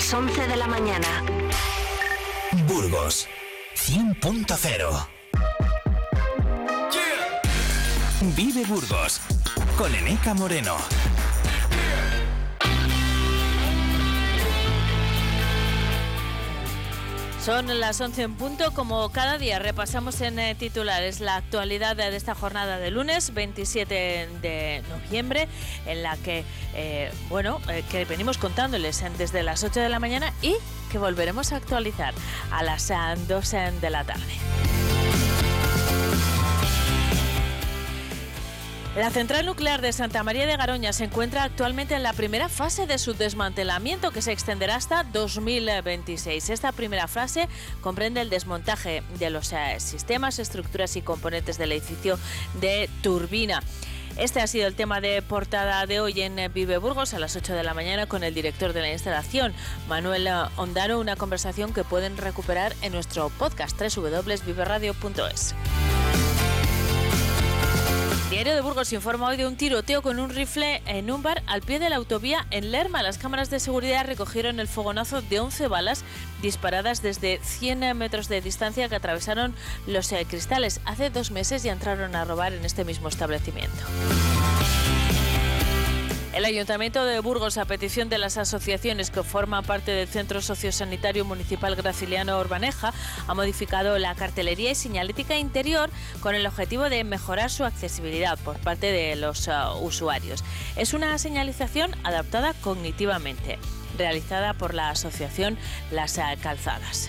las 11 de la mañana. Burgos 100.0. Vive Burgos con Eneca Moreno. Son las 11 en punto. Como cada día repasamos en titulares la actualidad de esta jornada de lunes 27 de noviembre, en la que que venimos contándoles desde las 8 de la mañana y que volveremos a actualizar a las 2 de la tarde. La central nuclear de Santa María de Garoña se encuentra actualmente en la primera fase de su desmantelamiento, que se extenderá hasta 2026. Esta primera fase comprende el desmontaje de los sistemas, estructuras y componentes del edificio de turbina. Este ha sido el tema de portada de hoy en Vive Burgos a las 8 de la mañana con el director de la instalación, Manuel Ondaro, una conversación que pueden recuperar en nuestro podcast www.viveradio.es. Diario de Burgos informa hoy de un tiroteo con un rifle en un bar al pie de la autovía en Lerma. Las cámaras de seguridad recogieron el fogonazo de 11 balas disparadas desde 100 metros de distancia que atravesaron los cristales. Hace 2 meses ya entraron a robar en este mismo establecimiento. El Ayuntamiento de Burgos, a petición de las asociaciones que forman parte del Centro Sociosanitario Municipal Graciliano Orbaneja, ha modificado la cartelería y señalética interior con el objetivo de mejorar su accesibilidad por parte de los usuarios. Es una señalización adaptada cognitivamente, realizada por la asociación Las Calzadas.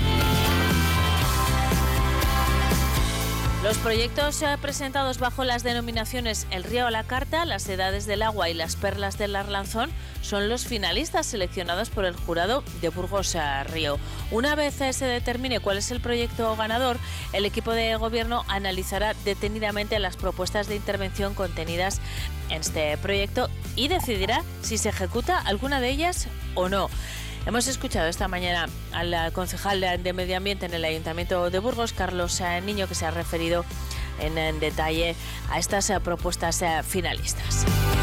Los proyectos presentados bajo las denominaciones El Río a la Carta, Las Edades del Agua y Las Perlas del Arlanzón son los finalistas seleccionados por el jurado de Burgos Río. Una vez se determine cuál es el proyecto ganador, el equipo de gobierno analizará detenidamente las propuestas de intervención contenidas en este proyecto y decidirá si se ejecuta alguna de ellas o no. Hemos escuchado esta mañana al concejal de Medio Ambiente en el Ayuntamiento de Burgos, Carlos Niño, que se ha referido en detalle a estas propuestas finalistas.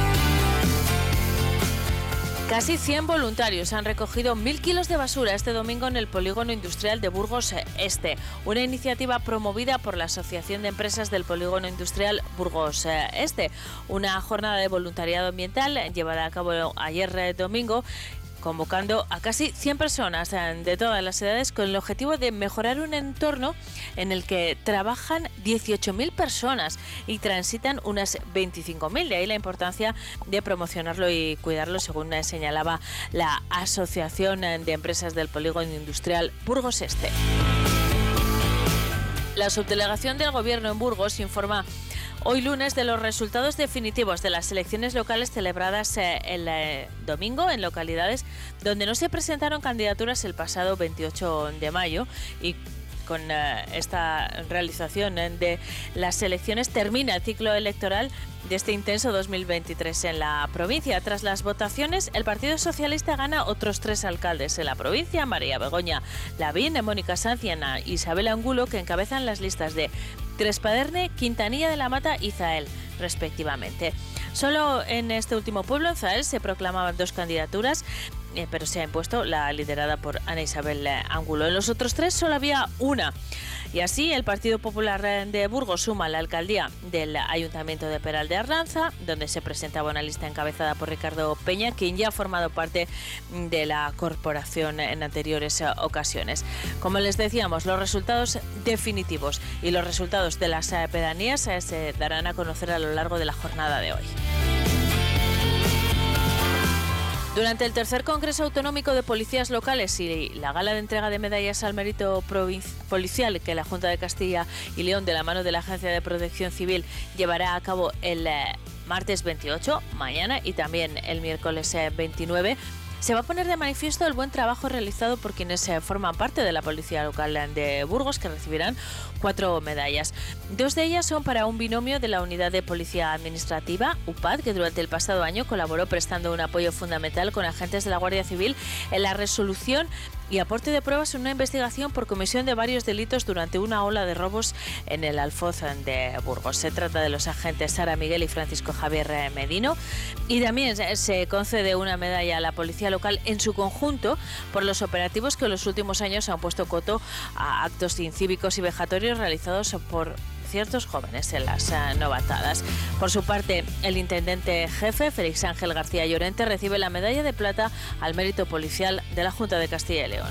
Casi 100 voluntarios han recogido 1.000 kilos de basura este domingo en el Polígono Industrial de Burgos Este, una iniciativa promovida por la Asociación de Empresas del Polígono Industrial Burgos Este. Una jornada de voluntariado ambiental llevada a cabo ayer domingo, convocando a casi 100 personas de todas las edades con el objetivo de mejorar un entorno en el que trabajan 18.000 personas y transitan unas 25.000. De ahí la importancia de promocionarlo y cuidarlo, según señalaba la Asociación de Empresas del Polígono Industrial Burgos Este. La subdelegación del Gobierno en Burgos informa hoy lunes de los resultados definitivos de las elecciones locales celebradas el domingo en localidades donde no se presentaron candidaturas el pasado 28 de mayo y con esta realización de las elecciones termina el ciclo electoral de este intenso 2023 en la provincia. Tras las votaciones, el Partido Socialista gana otros 3 alcaldes en la provincia: María Begoña Lavín, Mónica Sanz y Ana Isabel Angulo, que encabezan las listas de Trespaderne, Quintanilla de la Mata y Zael, respectivamente. Solo en este último pueblo, en Zael, se proclamaban 2 candidaturas, pero se ha impuesto la liderada por Ana Isabel Angulo. En los otros 3 solo había una. Y así el Partido Popular de Burgos suma la alcaldía del Ayuntamiento de Peral de Arlanza, donde se presentaba una lista encabezada por Ricardo Peña, quien ya ha formado parte de la corporación en anteriores ocasiones. Como les decíamos, los resultados definitivos y los resultados de las pedanías se darán a conocer a lo largo de la jornada de hoy. Durante el tercer Congreso Autonómico de Policías Locales y la gala de entrega de medallas al mérito policial que la Junta de Castilla y León, de la mano de la Agencia de Protección Civil, llevará a cabo el martes 28, mañana, y también el miércoles 29, se va a poner de manifiesto el buen trabajo realizado por quienes forman parte de la Policía Local de Burgos, que recibirán 4 medallas. 2 de ellas son para un binomio de la Unidad de Policía Administrativa, UPAD, que durante el pasado año colaboró prestando un apoyo fundamental con agentes de la Guardia Civil en la resolución y aporte de pruebas en una investigación por comisión de varios delitos durante una ola de robos en el Alfoz de Burgos. Se trata de los agentes Sara Miguel y Francisco Javier Medino, y también se concede una medalla a la policía local en su conjunto por los operativos que en los últimos años han puesto coto a actos incívicos y vejatorios realizados por ciertos jóvenes en las novatadas. Por su parte, el intendente jefe, Félix Ángel García Llorente, recibe la medalla de plata al mérito policial de la Junta de Castilla y León.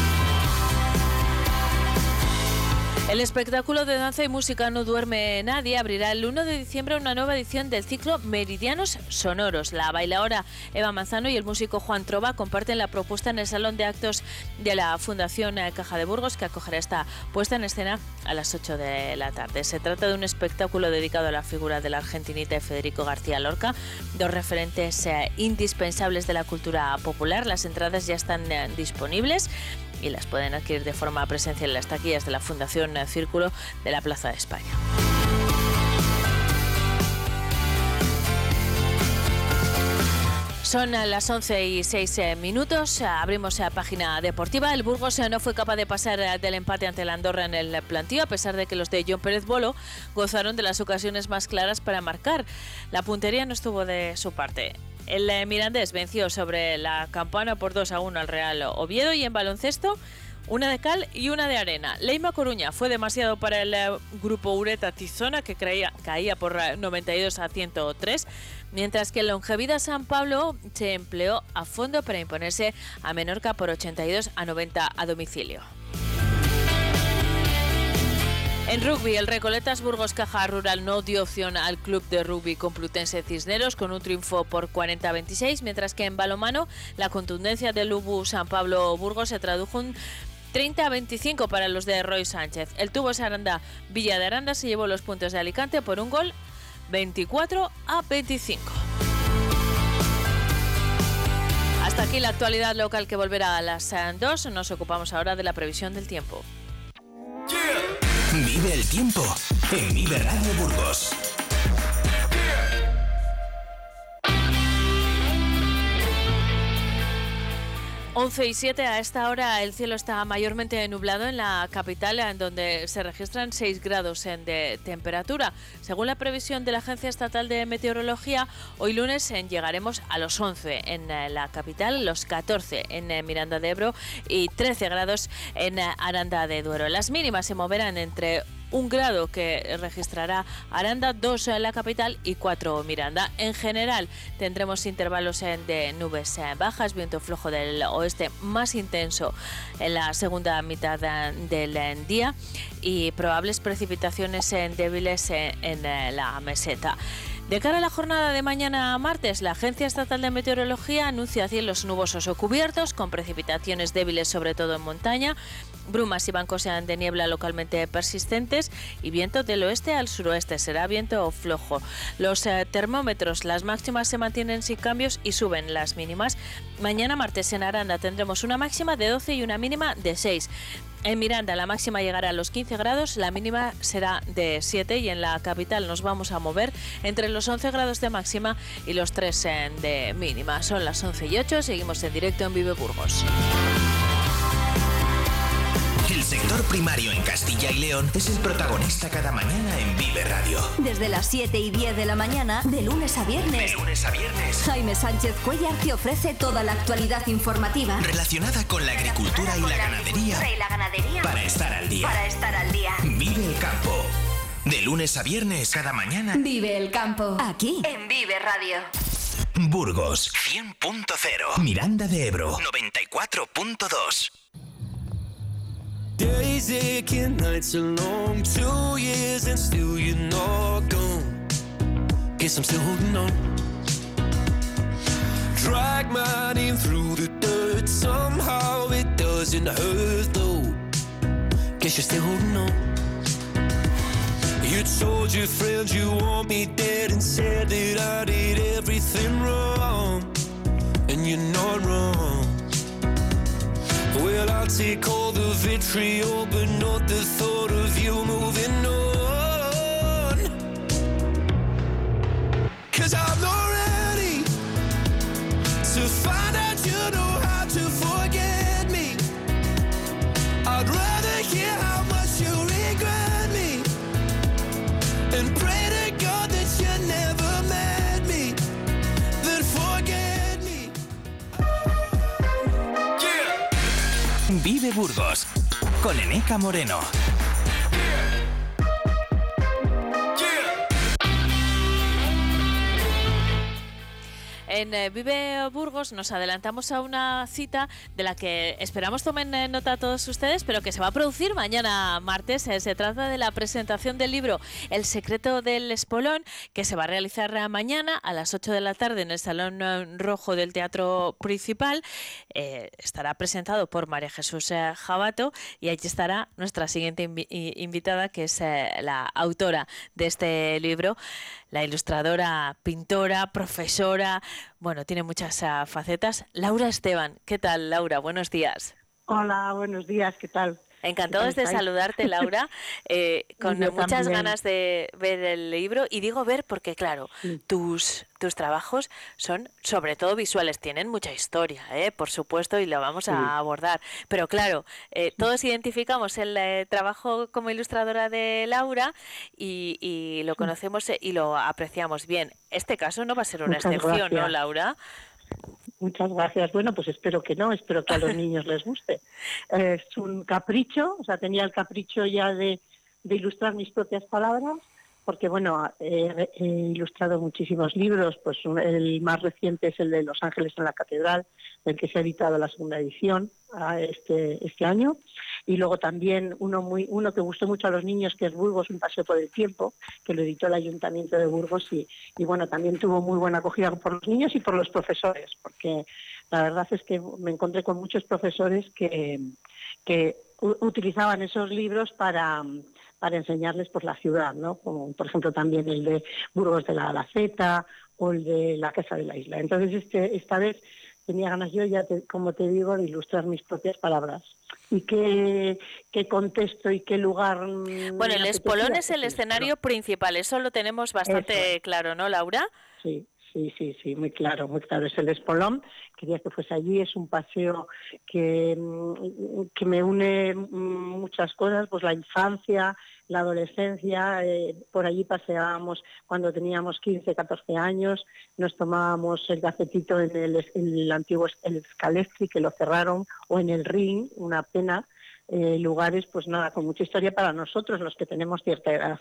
El espectáculo de danza y música No Duerme Nadie abrirá el 1 de diciembre una nueva edición del ciclo Meridianos Sonoros. La bailaora Eva Manzano y el músico Juan Trova comparten la propuesta en el Salón de Actos de la Fundación Caja de Burgos, que acogerá esta puesta en escena a las 8 de la tarde. Se trata de un espectáculo dedicado a la figura del argentinita Federico García Lorca, dos referentes indispensables de la cultura popular. Las entradas ya están disponibles y las pueden adquirir de forma presencial en las taquillas de la Fundación Círculo de la Plaza de España. Son las 11:06. Abrimos la página deportiva. El Burgos no fue capaz de pasar del empate ante el Andorra en el plantío, a pesar de que los de John Pérez Bolo gozaron de las ocasiones más claras para marcar. La puntería no estuvo de su parte. El Mirandés venció sobre la Campana por 2-1 al Real Oviedo, y en baloncesto, una de cal y una de arena. Leima Coruña fue demasiado para el grupo Ureta Tizona, que caía por 92-103, mientras que el Longevida San Pablo se empleó a fondo para imponerse a Menorca por 82-90 a domicilio. En rugby, el Recoletas Burgos Caja Rural no dio opción al Club de Rugby Complutense Cisneros con un triunfo por 40-26, mientras que en balonmano la contundencia del UBU San Pablo Burgos se tradujo en 30-25 para los de Roy Sánchez. El Tubos Aranda Villa de Aranda se llevó los puntos de Alicante por un gol, 24-25. Hasta aquí la actualidad local, que volverá a las 2. Nos ocupamos ahora de la previsión del tiempo. Vive el tiempo en Vive Radio Burgos. 11:07. A esta hora el cielo está mayormente nublado en la capital, en donde se registran 6 grados de temperatura. Según la previsión de la Agencia Estatal de Meteorología, hoy lunes llegaremos a los 11 en la capital, los 14 en Miranda de Ebro y 13 grados en Aranda de Duero. Las mínimas se moverán entre 1 grado que registrará Aranda, 2 en la capital y 4 Miranda. En general tendremos intervalos de nubes bajas, viento flojo del oeste más intenso en la segunda mitad del día y probables precipitaciones débiles en la meseta. De cara a la jornada de mañana martes, la Agencia Estatal de Meteorología anuncia cielos nubosos o cubiertos, con precipitaciones débiles sobre todo en montaña, brumas y bancos de niebla localmente persistentes y viento del oeste al suroeste. Será viento flojo. Los termómetros, las máximas se mantienen sin cambios y suben las mínimas. Mañana martes en Aranda tendremos una máxima de 12 y una mínima de 6. En Miranda la máxima llegará a los 15 grados, la mínima será de 7 y en la capital nos vamos a mover entre los 11 grados de máxima y los 3 de mínima. Son las 11:08, seguimos en directo en Vive Burgos. El sector primario en Castilla y León es el protagonista cada mañana en Vive Radio. Desde las 7:10 de la mañana, de lunes a viernes. Jaime Sánchez Cuellar te ofrece toda la actualidad informativa relacionada con la agricultura y la ganadería. Para estar al día. Vive el campo. De lunes a viernes cada mañana. Vive el campo. Aquí, en Vive Radio. Burgos 100.0. Miranda de Ebro 94.2. Days aching, nights are long, 2 years and still you're not gone. Guess I'm still holding on. Drag my name through the dirt, somehow it doesn't hurt though. Guess you're still holding on. You told your friends you want me dead and said that I did everything wrong. And you're not wrong. Well, I'll take all the vitriol, but not the thought of you moving on. 'Cause I'm not ready to find out you know how to forget me. Vive Burgos con Eneca Moreno. En Vive Burgos nos adelantamos a una cita de la que esperamos tomen nota todos ustedes, pero que se va a producir mañana martes. Se trata de la presentación del libro El secreto del espolón, que se va a realizar mañana a las 8 de la tarde en el Salón Rojo del Teatro Principal. Estará presentado por María Jesús Jabato y allí estará nuestra siguiente invitada, que es la autora de este libro, la ilustradora, pintora, profesora. Bueno, tiene muchas facetas. Laura Esteban. ¿Qué tal, Laura? Buenos días. Hola, buenos días. ¿Qué tal? Encantados de saludarte, Laura, con muchas ganas de ver el libro. Y digo ver porque, claro, tus trabajos son sobre todo visuales, tienen mucha historia, por supuesto, y lo vamos a abordar. Pero claro, todos identificamos el trabajo como ilustradora de Laura y lo conocemos y lo apreciamos bien. Este caso no va a ser una excepción, ¿no, Laura? Muchas gracias. Bueno, pues espero que no, espero que a los niños les guste. Es un capricho, o sea, tenía el capricho ya de ilustrar mis propias palabras, porque bueno, he ilustrado muchísimos libros, pues el más reciente es el de Los Ángeles en la Catedral, del que se ha editado la segunda edición este año, y luego también uno que gustó mucho a los niños, que es Burgos, un paseo por el tiempo, que lo editó el Ayuntamiento de Burgos, y bueno, también tuvo muy buena acogida por los niños y por los profesores, porque la verdad es que me encontré con muchos profesores que utilizaban esos libros para enseñarles por la ciudad, ¿no? Como por ejemplo también el de Burgos de la Alaceta o el de la Casa de la Isla. Entonces esta vez tenía ganas yo ya, como te digo, de ilustrar mis propias palabras. ¿Y qué contexto y qué lugar? Bueno, el espolón es el escenario principal, eso lo tenemos bastante claro, ¿no, Laura? Sí, muy claro. Es el espolón, quería que fuese allí, es un paseo que me une muchas cosas, pues la infancia, la adolescencia, por allí paseábamos cuando teníamos 15, 14 años, nos tomábamos el cafetito en el antiguo el Scalestri, que lo cerraron, o en el Ring, una pena. Lugares, pues nada, con mucha historia para nosotros, los que tenemos cierta edad.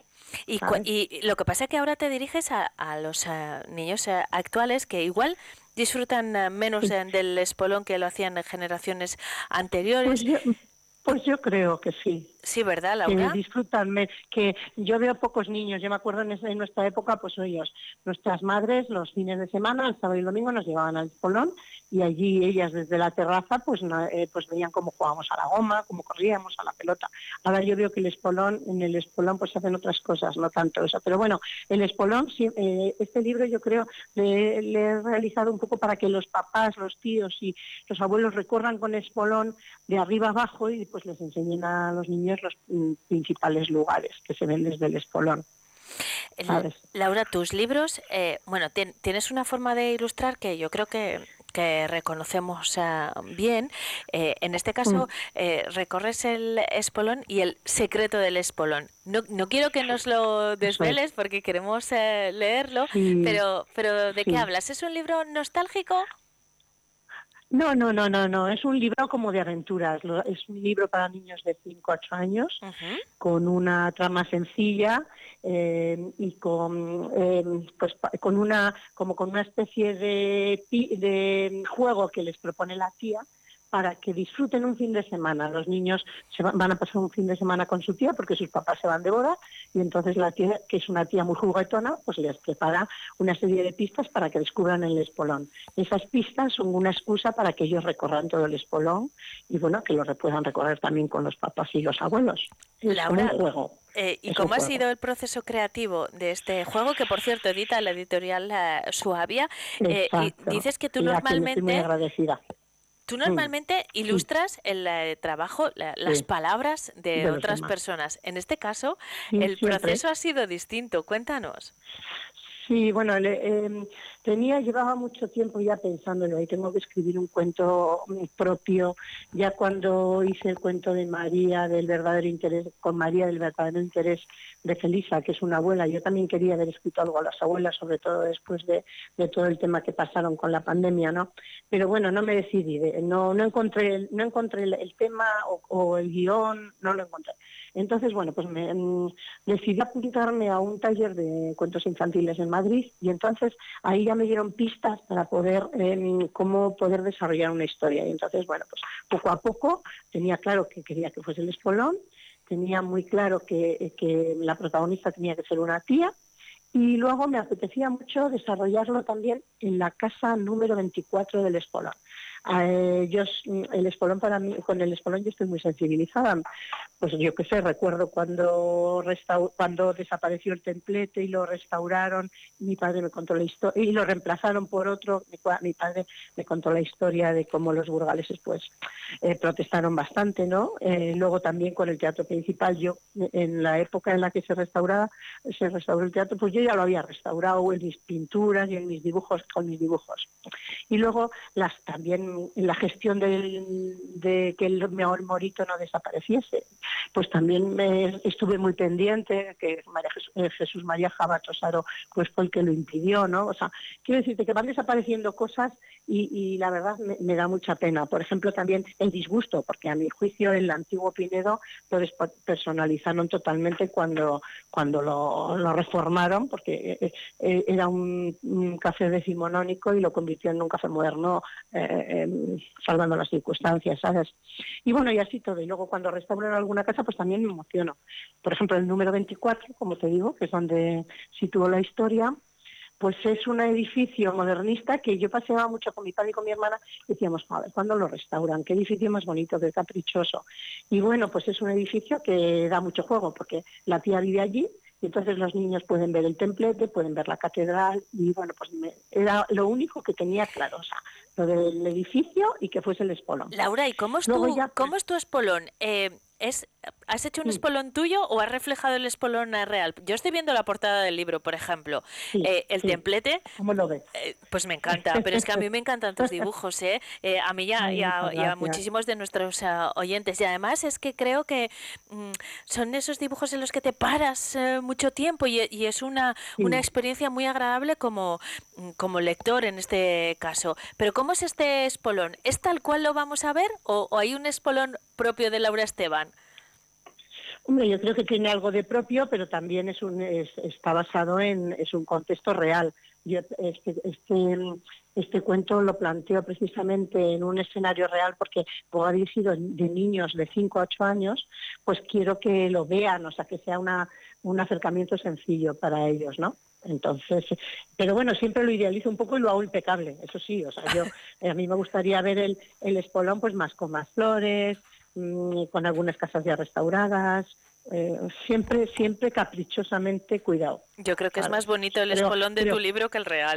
Y lo que pasa es que ahora te diriges a los niños actuales que igual disfrutan menos del espolón que lo hacían en generaciones anteriores. Pues yo creo que sí. Sí, ¿verdad, Laura? Que disfrutan, que yo veo pocos niños. Yo me acuerdo en nuestra época, pues nuestras madres los fines de semana, el sábado y el domingo, nos llevaban al espolón y allí ellas desde la terraza pues veían cómo jugábamos a la goma, cómo corríamos a la pelota. Ahora yo veo que en el espolón pues se hacen otras cosas, no tanto eso. Pero bueno, el espolón, este libro yo creo le he realizado un poco para que los papás, los tíos y los abuelos recorran con espolón de arriba abajo y pues les enseñen a los niños los principales lugares que se ven desde el espolón. ¿Sabes? Laura, tus libros, tienes una forma de ilustrar que yo creo que reconocemos bien. En este caso, recorres el espolón y el secreto del espolón. No quiero que nos lo desveles porque queremos leerlo, pero ¿de qué hablas? ¿Es un libro nostálgico? No, es un libro como de aventuras, es un libro para niños de 5 a 8 años, con una trama sencilla y con una especie de juego que les propone la tía para que disfruten un fin de semana. Los niños van a pasar un fin de semana con su tía porque sus papás se van de boda y entonces la tía, que es una tía muy juguetona, pues les prepara una serie de pistas para que descubran el espolón. Esas pistas son una excusa para que ellos recorran todo el espolón y bueno, que lo puedan recorrer también con los papás y los abuelos. Es Laura, como un juego. ¿Y cómo ha sido el proceso creativo de este juego que, por cierto, edita la editorial Suabia? Y dices que tú normalmente... Estoy muy agradecida. Tú normalmente ilustras el trabajo, las palabras de otras personas. En este caso, el proceso ha sido distinto. Cuéntanos. Sí, bueno, Llevaba mucho tiempo ya pensándolo y tengo que escribir un cuento propio. Ya cuando hice el cuento de María del verdadero interés, con María del verdadero interés de Felisa, que es una abuela, yo también quería haber escrito algo a las abuelas, sobre todo después de todo el tema que pasaron con la pandemia, ¿no? Pero bueno, no me decidí, no encontré el tema o el guión, no lo encontré. Entonces, bueno, pues decidí apuntarme a un taller de cuentos infantiles en Madrid y entonces ahí ya me dieron pistas para poder, cómo poder desarrollar una historia. Y entonces, bueno, pues poco a poco tenía claro que quería que fuese el espolón, tenía muy claro que la protagonista tenía que ser una tía, y luego me apetecía mucho desarrollarlo también en la casa número 24 del espolón. El espolón para mí, con el espolón yo estoy muy sensibilizada. Pues yo qué sé, recuerdo cuando desapareció el templete y lo restauraron, mi padre me contó la historia, y lo reemplazaron por otro, mi padre me contó la historia de cómo los burgaleses pues protestaron bastante, ¿no? Luego también con el teatro principal, yo en la época en la que se restauró el teatro, pues yo ya lo había restaurado en mis pinturas y en mis dibujos, con mis dibujos. Y luego también la gestión de que el morito no desapareciese, pues también estuve muy pendiente, que Jesús María Jabatosaro pues fue el que lo impidió, ¿no? O sea, quiero decirte que van desapareciendo cosas y la verdad me da mucha pena. Por ejemplo, también el disgusto, porque a mi juicio el antiguo Pinedo lo despersonalizaron totalmente cuando lo reformaron, porque era un café decimonónico y lo convirtió en un café moderno, salvando las circunstancias, ¿sabes? Y bueno, y así todo. Y luego cuando restauran alguna casa, pues también me emociono. Por ejemplo, el número 24, como te digo, que es donde sitúo la historia, pues es un edificio modernista que yo paseaba mucho con mi padre y con mi hermana y decíamos, a ver, ¿cuándo lo restauran? ¿Qué edificio más bonito, qué caprichoso? Y bueno, pues es un edificio que da mucho juego, porque la tía vive allí, y entonces los niños pueden ver el templete, pueden ver la catedral, y bueno, pues era lo único que tenía claro, o sea, lo del edificio y que fuese el espolón. Laura, ¿y cómo es tu espolón? ¿Has hecho un espolón tuyo o has reflejado el espolón real? Yo estoy viendo la portada del libro, por ejemplo. Sí, templete. ¿Cómo lo ves? Pues me encanta, pero es que a mí me encantan tus dibujos, ¿eh? A mí y a muchísimos de nuestros oyentes. Y además es que creo que son esos dibujos en los que te paras mucho tiempo y es una experiencia muy agradable como lector en este caso. Pero ¿cómo es este espolón? ¿Es tal cual lo vamos a ver o hay un espolón propio de Laura Esteban? Hombre, yo creo que tiene algo de propio, pero también está basado es un contexto real. Yo este cuento lo planteo precisamente en un escenario real porque, como habéis sido de niños de 5 a 8 años, pues quiero que lo vean, o sea, que sea un acercamiento sencillo para ellos, ¿no? Entonces, pero bueno, siempre lo idealizo un poco y lo hago impecable, eso sí, o sea, a mí me gustaría ver el espolón pues con más flores, con algunas casas ya restauradas, siempre caprichosamente cuidado. Yo creo que es más bonito el espolón de tu libro que el real.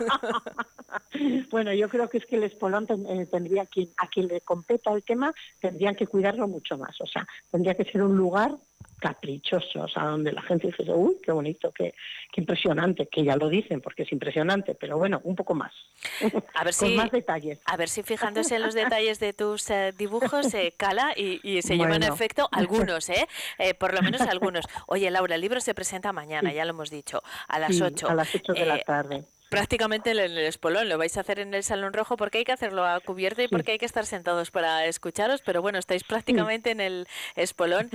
Bueno, yo creo que es que el espolón tendría a quien le competa el tema, tendrían que cuidarlo mucho más, o sea, tendría que ser un lugar caprichoso, o sea, donde la gente dice, uy, qué bonito, qué impresionante, que ya lo dicen porque es impresionante, pero bueno, un poco más, con más detalles. A ver si fijándose en los detalles de tus dibujos cala y se llevan efecto algunos, por lo menos algunos. Oye, Laura, el libro se presenta mañana, ya lo hemos dicho, a las 8. A las 8 de la tarde. Prácticamente en el espolón, lo vais a hacer en el Salón Rojo porque hay que hacerlo a cubierto y porque hay que estar sentados para escucharos, pero bueno, estáis prácticamente en el espolón.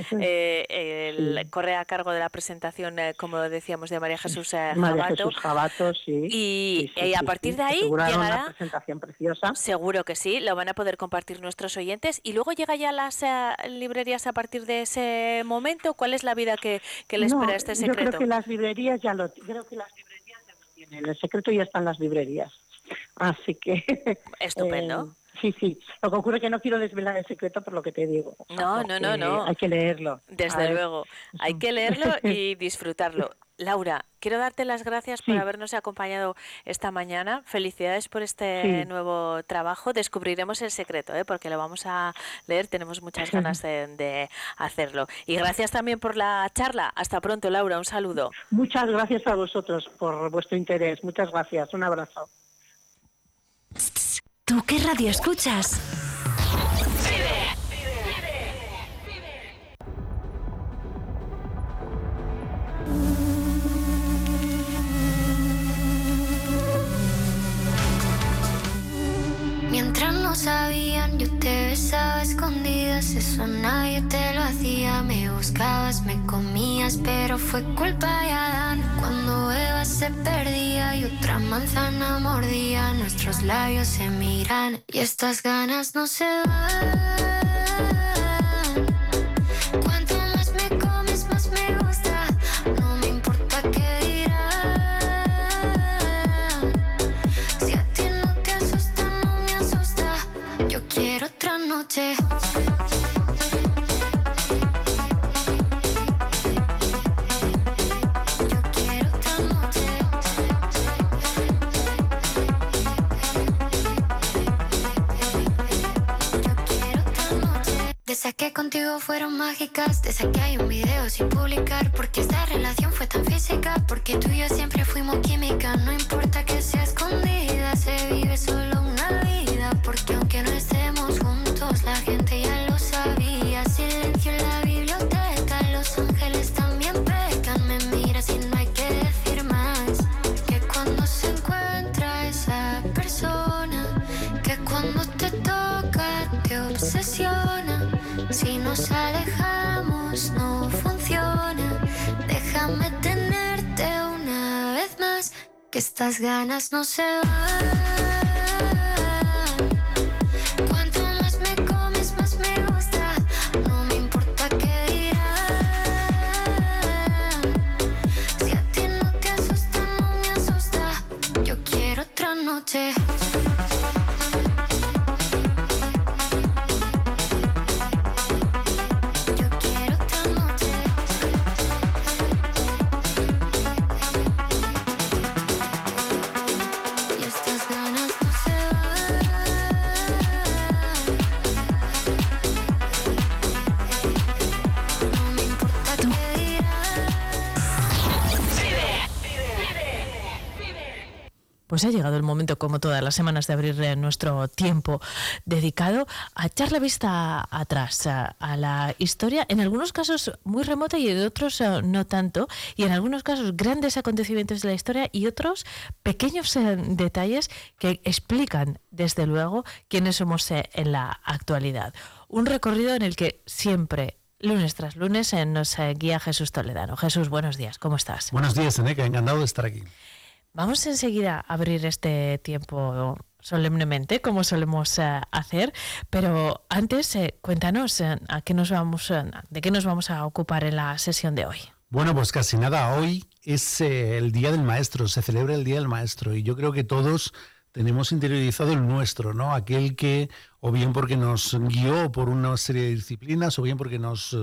Corre a cargo de la presentación, como decíamos, de María Jesús Jabato, sí. Y a partir de ahí llegará una presentación preciosa. Seguro que sí, lo van a poder compartir nuestros oyentes y luego llega ya a las librerías a partir de ese momento. ¿Cuál es la vida que le espera a este secreto? Yo creo que las librerías ya lo tienen. El secreto ya está en las librerías. Así que... Estupendo. Sí. Lo que ocurre es que no quiero desvelar el secreto por lo que te digo. No. Hay que leerlo. Desde luego. Hay que leerlo y disfrutarlo. Laura, quiero darte las gracias por habernos acompañado esta mañana. Felicidades por este nuevo trabajo. Descubriremos el secreto, porque lo vamos a leer. Tenemos muchas ganas de hacerlo. Y gracias también por la charla. Hasta pronto, Laura. Un saludo. Muchas gracias a vosotros por vuestro interés. Muchas gracias. Un abrazo. ¿Tú qué radio escuchas? Mientras no sabían, yo te besaba a escondidas. Eso nadie te lo hacía. Me buscabas, me comías, pero fue culpa de Adán. Cuando Eva se perdía y otra manzana mordía, nuestros labios se miran y estas ganas no se van. Cuanto más me comes, más me gusta. No me importa qué dirán. Si a ti no te asusta, no me asusta. Yo quiero otra noche. De esas que contigo fueron mágicas, de esas que hay un video sin publicar, porque esta relación fue tan física, porque tú y yo siempre fuimos química. No importa que sea escondida, se vive solo una vida, porque aunque no estemos juntos, la gente ya lo sabía. Silencio en la biblioteca, los ángeles también pecan. Me miras y no hay que decir más, que cuando se encuentra esa persona, que cuando te toca te obsesiona. Si nos alejamos no funciona. Déjame tenerte una vez más, que estas ganas no se van. Cuanto más me comes, más me gusta. No me importa qué dirán. Si a ti no te asusta, no me asusta. Yo quiero otra noche. Pues ha llegado el momento, como todas las semanas, de abrir nuestro tiempo dedicado a echar la vista atrás, a la historia, en algunos casos muy remota y en otros no tanto, y en algunos casos grandes acontecimientos de la historia y otros pequeños detalles que explican, desde luego, quiénes somos en la actualidad. Un recorrido en el que siempre, lunes tras lunes, nos guía Jesús Toledano. Jesús, buenos días, ¿cómo estás? Buenos días, Eneca, encantado de estar aquí. Vamos enseguida a abrir este tiempo solemnemente, como solemos hacer, pero antes cuéntanos de qué nos vamos a ocupar en la sesión de hoy. Bueno, pues casi nada, hoy es el Día del Maestro, se celebra el Día del Maestro y yo creo que todos tenemos interiorizado el nuestro, ¿no? Aquel que, o bien porque nos guió por una serie de disciplinas, o bien porque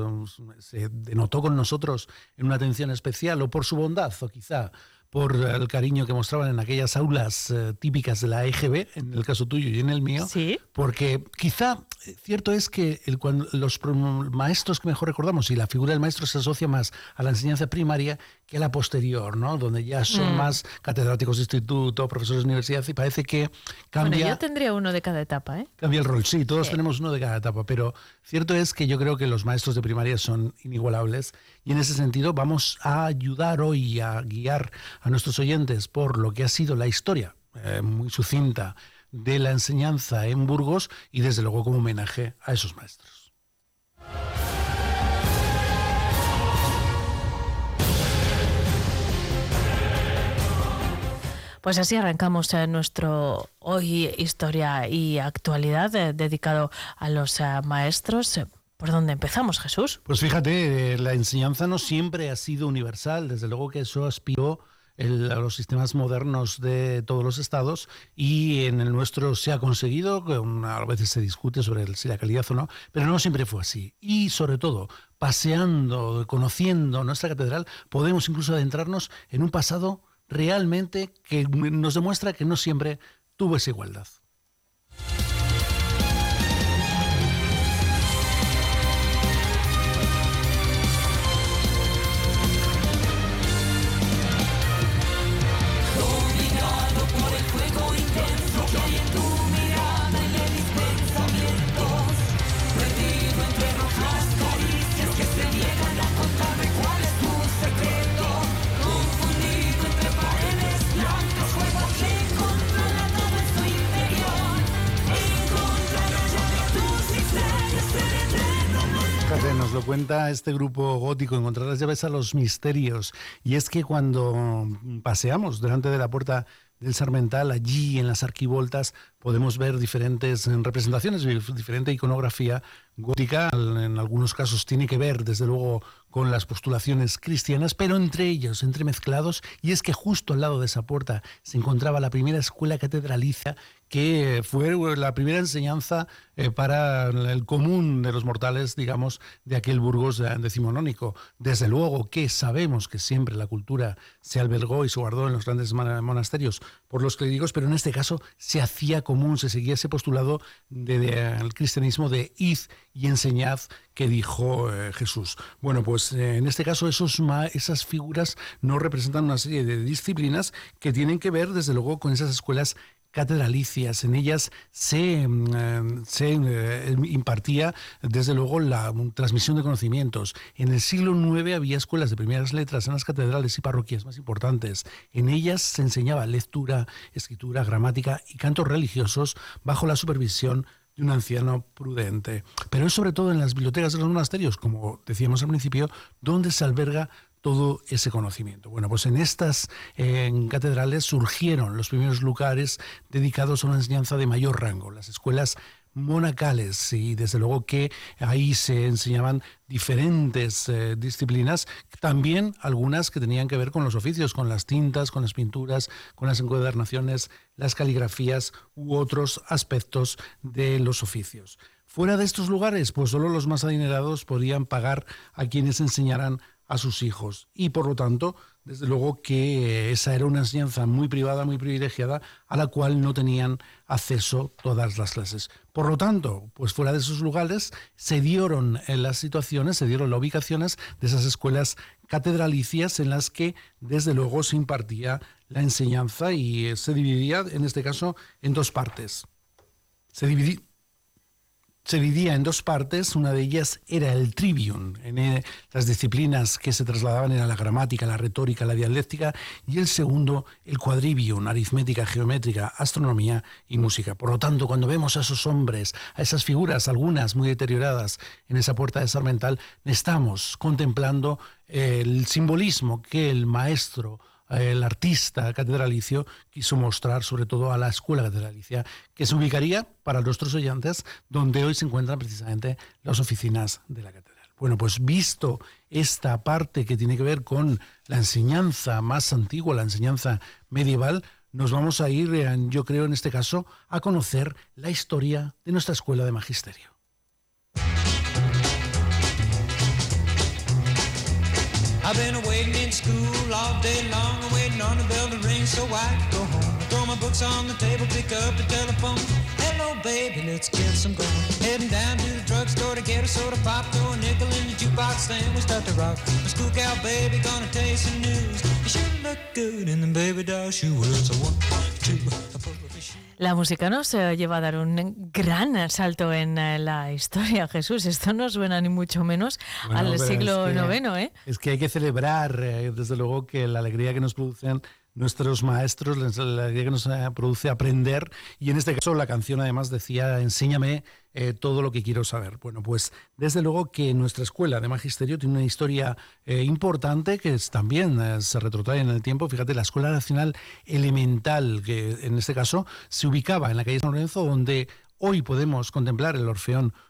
se denotó con nosotros en una atención especial, o por su bondad, o quizá por el cariño que mostraban en aquellas aulas típicas de la EGB, en el caso tuyo y en el mío, ¿sí? Porque quizá cierto es que cuando los maestros que mejor recordamos, y la figura del maestro se asocia más a la enseñanza primaria que a la posterior, ¿no? Donde ya son más catedráticos de instituto, profesores de universidad, y parece que cambia... Bueno, yo tendría uno de cada etapa, ¿eh? Cambia el rol, sí, todos tenemos uno de cada etapa, pero cierto es que yo creo que los maestros de primaria son inigualables, y en ese sentido vamos a ayudar hoy a guiar a nuestros oyentes por lo que ha sido la historia muy sucinta de la enseñanza en Burgos y desde luego como homenaje a esos maestros. Pues así arrancamos nuestro hoy Historia y Actualidad dedicado a los maestros. ¿Por dónde empezamos, Jesús? Pues fíjate, la enseñanza no siempre ha sido universal, desde luego que eso aspiró los sistemas modernos de todos los estados, y en el nuestro se ha conseguido, a veces se discute sobre si la calidad o no, pero no siempre fue así. Y sobre todo, paseando, conociendo nuestra catedral, podemos incluso adentrarnos en un pasado realmente que nos demuestra que no siempre tuvo esa igualdad. Nos lo cuenta este grupo gótico, encontrar las llaves a los misterios. Y es que cuando paseamos delante de la puerta del Sarmental, allí en las arquivoltas podemos ver diferentes representaciones, diferente iconografía gótica. En algunos casos tiene que ver, desde luego, con las postulaciones cristianas, pero entre ellos, entremezclados. Y es que justo al lado de esa puerta se encontraba la primera escuela catedralicia, que fue la primera enseñanza para el común de los mortales, digamos, de aquel Burgos decimonónico. Desde luego que sabemos que siempre la cultura se albergó y se guardó en los grandes monasterios por los clérigos, pero en este caso se hacía común, se seguía ese postulado del cristianismo de id y enseñad, que dijo Jesús. Bueno, pues en este caso esas figuras nos representan una serie de disciplinas que tienen que ver, desde luego, con esas escuelas catedralicias. En ellas se impartía, desde luego, la transmisión de conocimientos. En el siglo IX había escuelas de primeras letras en las catedrales y parroquias más importantes. En ellas se enseñaba lectura, escritura, gramática y cantos religiosos bajo la supervisión de un anciano prudente. Pero es sobre todo en las bibliotecas de los monasterios, como decíamos al principio, donde se alberga todo ese conocimiento. Bueno, pues en estas catedrales surgieron los primeros lugares dedicados a una enseñanza de mayor rango, las escuelas monacales, y desde luego que ahí se enseñaban diferentes disciplinas, también algunas que tenían que ver con los oficios, con las tintas, con las pinturas, con las encuadernaciones, las caligrafías u otros aspectos de los oficios. Fuera de estos lugares, pues solo los más adinerados podían pagar a quienes enseñaran a sus hijos, y por lo tanto, desde luego que esa era una enseñanza muy privada, muy privilegiada, a la cual no tenían acceso todas las clases. Por lo tanto, pues fuera de esos lugares se dieron las situaciones, se dieron las ubicaciones de esas escuelas catedralicias en las que, desde luego, se impartía la enseñanza, y se dividía, en este caso, en dos partes. Se dividía en dos partes. Una de ellas era el trivium, las disciplinas que se trasladaban eran la gramática, la retórica, la dialéctica, y el segundo, el quadrivium, aritmética, geométrica, astronomía y música. Por lo tanto, cuando vemos a esos hombres, a esas figuras, algunas muy deterioradas, en esa puerta de Sarmental, estamos contemplando el simbolismo que el maestro, el artista catedralicio, quiso mostrar sobre todo a la escuela catedralicia, que se ubicaría, para nuestros oyentes, donde hoy se encuentran precisamente las oficinas de la catedral. Bueno, pues visto esta parte que tiene que ver con la enseñanza más antigua, la enseñanza medieval, nos vamos a ir, yo creo en este caso, a conocer la historia de nuestra escuela de magisterio. I've been waiting in school all day long, waiting on the bell to ring so I can go home. Throw my books on the table, pick up the telephone. Hello, baby, let's get some going. Heading down to the drugstore to get a soda pop, throw a nickel in the jukebox, then we start to rock. My school gal, baby, gonna tell you some news. You sure look good in the baby doll shoe. Well, it's a 1, 2, a pull of the shoe. La música nos lleva a dar un gran salto en la historia, Jesús. Esto no suena ni mucho menos al siglo IX, ¿eh? Es que hay que celebrar, desde luego, que la alegría que nos producen nuestros maestros, la alegría que nos produce aprender, y en este caso la canción además decía, enséñame todo lo que quiero saber. Bueno, pues desde luego que nuestra escuela de magisterio tiene una historia importante que también se retrotrae en el tiempo. Fíjate, la Escuela Nacional Elemental, que en este caso se ubicaba en la calle San Lorenzo, donde hoy podemos contemplar el Orfeón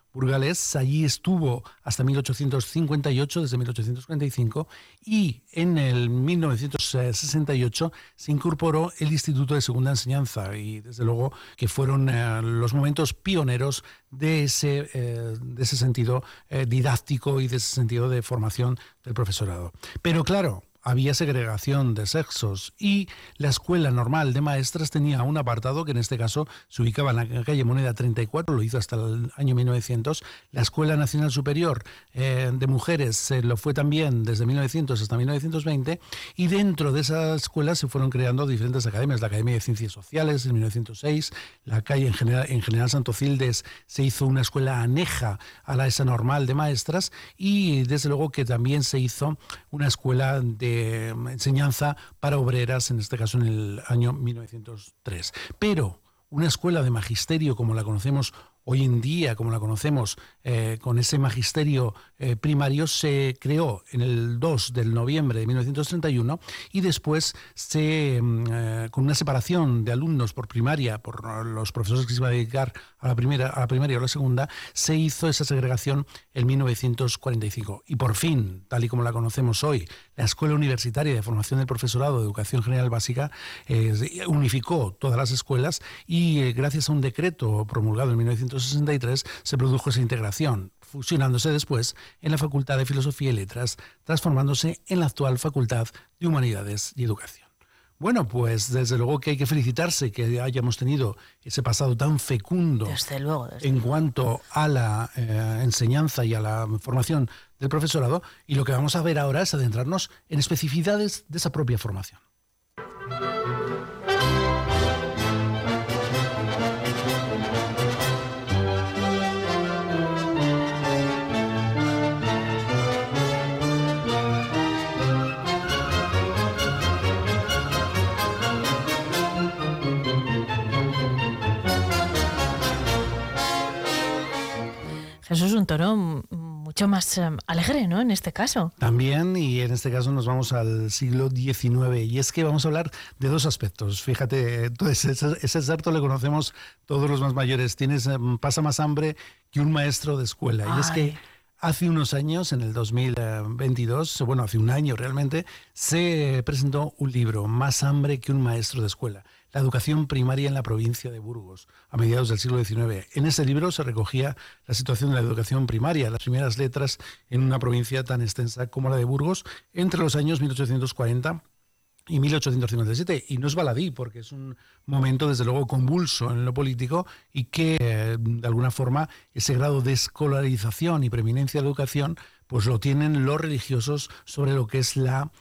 burgalés. Allí estuvo hasta 1858, desde 1845, y en el 1968 se incorporó el Instituto de Segunda Enseñanza, y desde luego que fueron los momentos pioneros de ese sentido didáctico y de ese sentido de formación del profesorado. Pero claro, había segregación de sexos y la Escuela Normal de Maestras tenía un apartado que en este caso se ubicaba en la calle Moneda 34, lo hizo hasta el año 1900. La Escuela Nacional Superior de Mujeres lo fue también desde 1900 hasta 1920, y dentro de esa escuela se fueron creando diferentes academias. La Academia de Ciencias Sociales en 1906, la calle en General Santo Cildes se hizo una escuela aneja a la ESA Normal de Maestras, y desde luego que también se hizo una escuela de enseñanza para obreras, en este caso en el año 1903. Pero una escuela de magisterio como la conocemos hoy en día, como la conocemos, con ese magisterio primario, se creó en el 2 de noviembre de 1931, y después con una separación de alumnos por primaria, por los profesores que se iban a dedicar a la primaria o a la segunda, se hizo esa segregación en 1945. Y por fin, tal y como la conocemos hoy, la Escuela Universitaria de Formación del Profesorado de Educación General Básica unificó todas las escuelas, y gracias a un decreto promulgado en 1963 se produjo esa integración, fusionándose después en la Facultad de Filosofía y Letras, transformándose en la actual Facultad de Humanidades y Educación. Bueno, pues desde luego que hay que felicitarse que hayamos tenido ese pasado tan fecundo, desde luego. En cuanto a la enseñanza y a la formación del profesorado, y lo que vamos a ver ahora es adentrarnos en especificidades de esa propia formación. Eso es un tono mucho más alegre, ¿no?, en este caso. También, y en este caso nos vamos al siglo XIX, y es que vamos a hablar de dos aspectos. Fíjate, ese excerto le conocemos todos los más mayores. Pasa más hambre que un maestro de escuela. Ay. Y es que hace unos años, en el 2022, bueno, hace un año realmente, se presentó un libro, Más hambre que un maestro de escuela. La educación primaria en la provincia de Burgos, a mediados del siglo XIX. En ese libro se recogía la situación de la educación primaria, las primeras letras en una provincia tan extensa como la de Burgos, entre los años 1840 y 1857. Y no es baladí, porque es un momento, desde luego, convulso en lo político, y que, de alguna forma, ese grado de escolarización y preeminencia de la educación pues lo tienen los religiosos sobre lo que es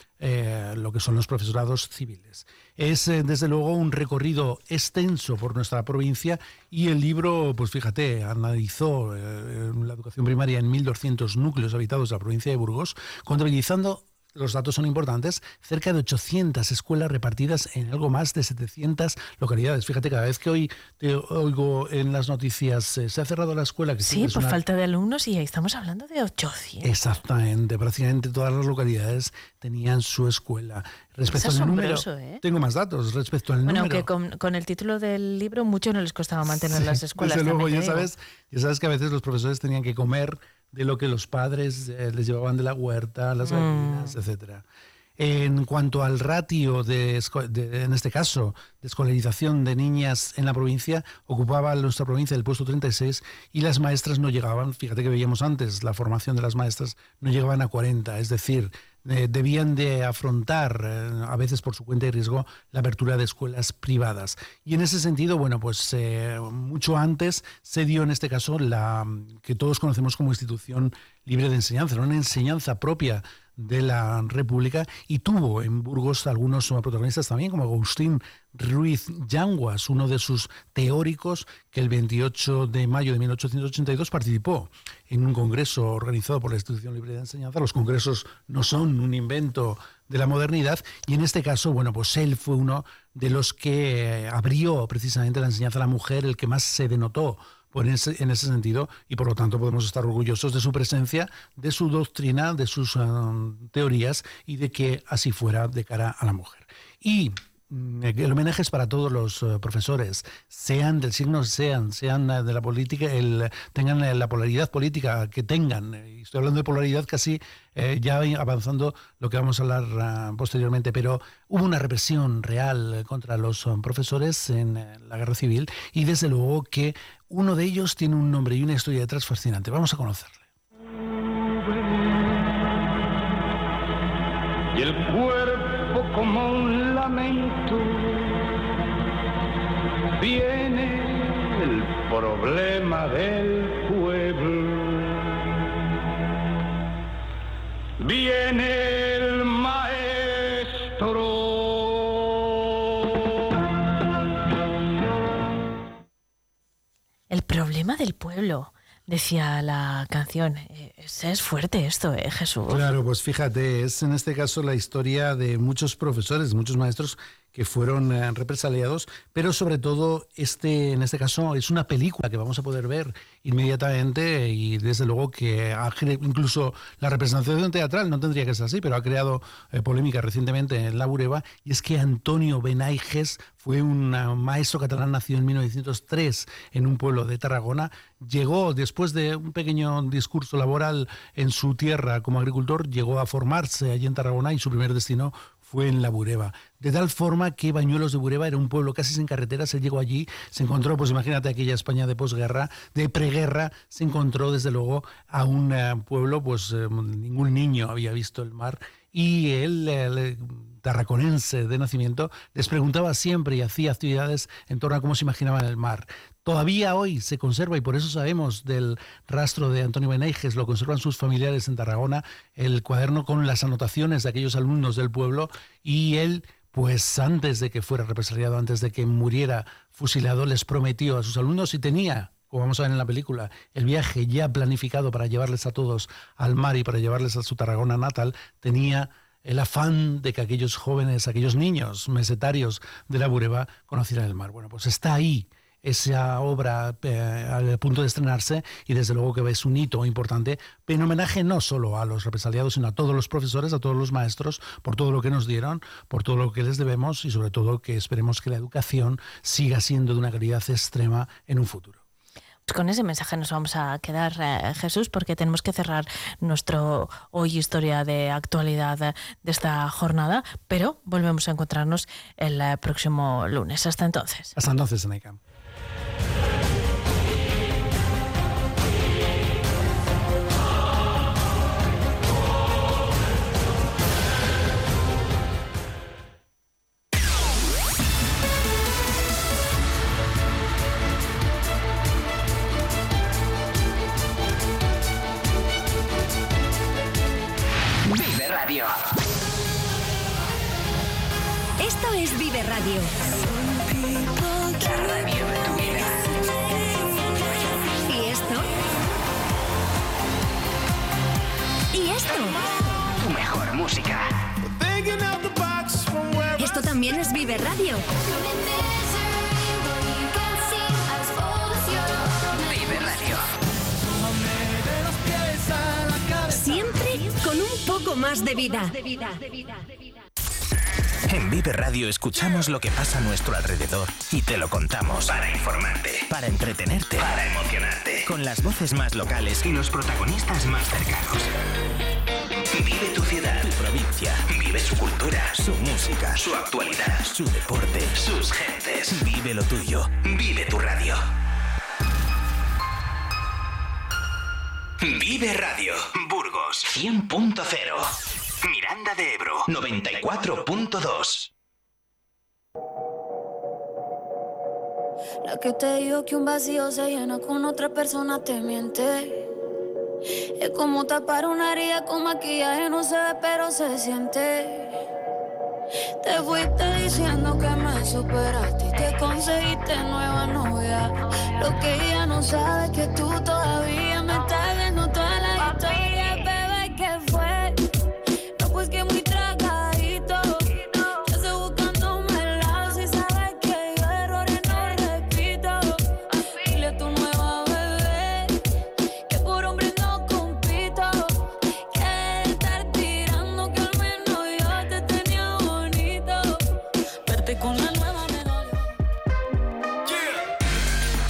lo que son los profesorados civiles. Es, desde luego, un recorrido extenso por nuestra provincia, y el libro, pues fíjate, analizó la educación primaria en 1.200 núcleos habitados de la provincia de Burgos, contabilizando, los datos son importantes, cerca de 800 escuelas repartidas en algo más de 700 localidades. Fíjate, cada vez que hoy te oigo en las noticias, se ha cerrado la escuela. Que sí, por falta de alumnos, y ahí estamos hablando de 800. Exactamente, prácticamente todas las localidades tenían su escuela. Respecto al número, tengo más datos respecto al número. Bueno, aunque con el título del libro mucho no les costaba mantener las escuelas. Desde luego, ya sabes que a veces los profesores tenían que comer de lo que los padres les llevaban de la huerta, las gallinas, etcétera. En cuanto al ratio en este caso, de escolarización de niñas en la provincia, ocupaba nuestra provincia el puesto 36, y las maestras no llegaban, fíjate que veíamos antes, la formación de las maestras no llegaban a 40, es decir, debían de afrontar, a veces por su cuenta y riesgo, la apertura de escuelas privadas. Y en ese sentido, bueno, pues mucho antes se dio, en este caso, la que todos conocemos como institución libre de enseñanza, una enseñanza propia de la República, y tuvo en Burgos algunos protagonistas también, como Agustín Ruiz Yanguas, uno de sus teóricos, que el 28 de mayo de 1882 participó en un congreso organizado por la Institución Libre de Enseñanza. Los congresos no son un invento de la modernidad, y en este caso, bueno, pues él fue uno de los que abrió precisamente la enseñanza a la mujer, el que más se denotó en ese sentido, y por lo tanto podemos estar orgullosos de su presencia, de su doctrina, de sus teorías, y de que así fuera de cara a la mujer. Y el homenaje es para todos los profesores, sean del signo sean de la política, tengan la polaridad política que tengan. Estoy hablando de polaridad casi ya avanzando lo que vamos a hablar posteriormente, pero hubo una represión real contra los profesores en la guerra civil y desde luego que uno de ellos tiene un nombre y una historia detrás fascinante. Vamos a conocerle. Y el cuerpo como un lamento, viene el problema del pueblo, viene el maestro. El problema del pueblo, decía la canción. Es fuerte esto, Jesús. Claro, pues fíjate, es en este caso la historia de muchos profesores, muchos maestros que fueron represaliados, pero sobre todo en este caso es una película que vamos a poder ver inmediatamente y desde luego que incluso la representación teatral no tendría que ser así, pero ha creado polémica recientemente en la Bureba, y es que Antonio Benaiges fue un maestro catalán nacido en 1903 en un pueblo de Tarragona. Llegó después de un pequeño discurso laboral en su tierra como agricultor, llegó a formarse allí en Tarragona y su primer destino fue en la Bureba. De tal forma que Bañuelos de Bureba era un pueblo casi sin carreteras. Él llegó allí, se encontró, pues imagínate aquella España de posguerra, de preguerra, se encontró desde luego a un pueblo, pues ningún niño había visto el mar, y él, tarraconense de nacimiento, les preguntaba siempre y hacía actividades en torno a cómo se imaginaban el mar. Todavía hoy se conserva, y por eso sabemos del rastro de Antonio Benaiges, lo conservan sus familiares en Tarragona, el cuaderno con las anotaciones de aquellos alumnos del pueblo, y él, pues antes de que fuera represaliado, antes de que muriera fusilado, les prometió a sus alumnos, y tenía, como vamos a ver en la película, el viaje ya planificado para llevarles a todos al mar y para llevarles a su Tarragona natal, tenía el afán de que aquellos jóvenes, aquellos niños mesetarios de la Bureba conocieran el mar. Bueno, pues está ahí esa obra al punto de estrenarse, y desde luego que es un hito importante en homenaje no solo a los represaliados, sino a todos los profesores, a todos los maestros, por todo lo que nos dieron, por todo lo que les debemos, y sobre todo que esperemos que la educación siga siendo de una calidad extrema en un futuro. Con ese mensaje nos vamos a quedar, Jesús, porque tenemos que cerrar nuestro hoy historia de actualidad de esta jornada, pero volvemos a encontrarnos el próximo lunes. Hasta entonces. Hasta entonces, Neika. Vive Radio. Esto es Vive Radio. La radio de tu vida. ¿Y esto? ¿Y esto? Tu mejor música. Esto también es Vive Radio. Vive Radio. Siempre con un poco más de vida. En Vive Radio escuchamos lo que pasa a nuestro alrededor y te lo contamos. Para informarte, para entretenerte, para emocionarte. Con las voces más locales y los protagonistas más cercanos. Vive tu ciudad, tu provincia. Vive su cultura, su música, su actualidad, su deporte, sus gentes. Vive lo tuyo. Vive tu radio. Vive Radio. Burgos 100.0. Miranda de Ebro 94.2. La que te dijo que un vacío se llena con otra persona te miente. Es como tapar una herida con maquillaje, no se ve pero se siente. Te fuiste diciendo que me superaste y te conseguiste nueva novia. Lo que ella no sabe es que tú todavía me estás viendo toda la historia, bebé, ¿qué fue? No, pues que muy tragadito. Yo estoy buscándome el lado, si sabes que yo errores no repito. Dile a tu nueva bebé que por hombre no compito. Que estar tirando, que al menos yo te tenía bonito. Verte con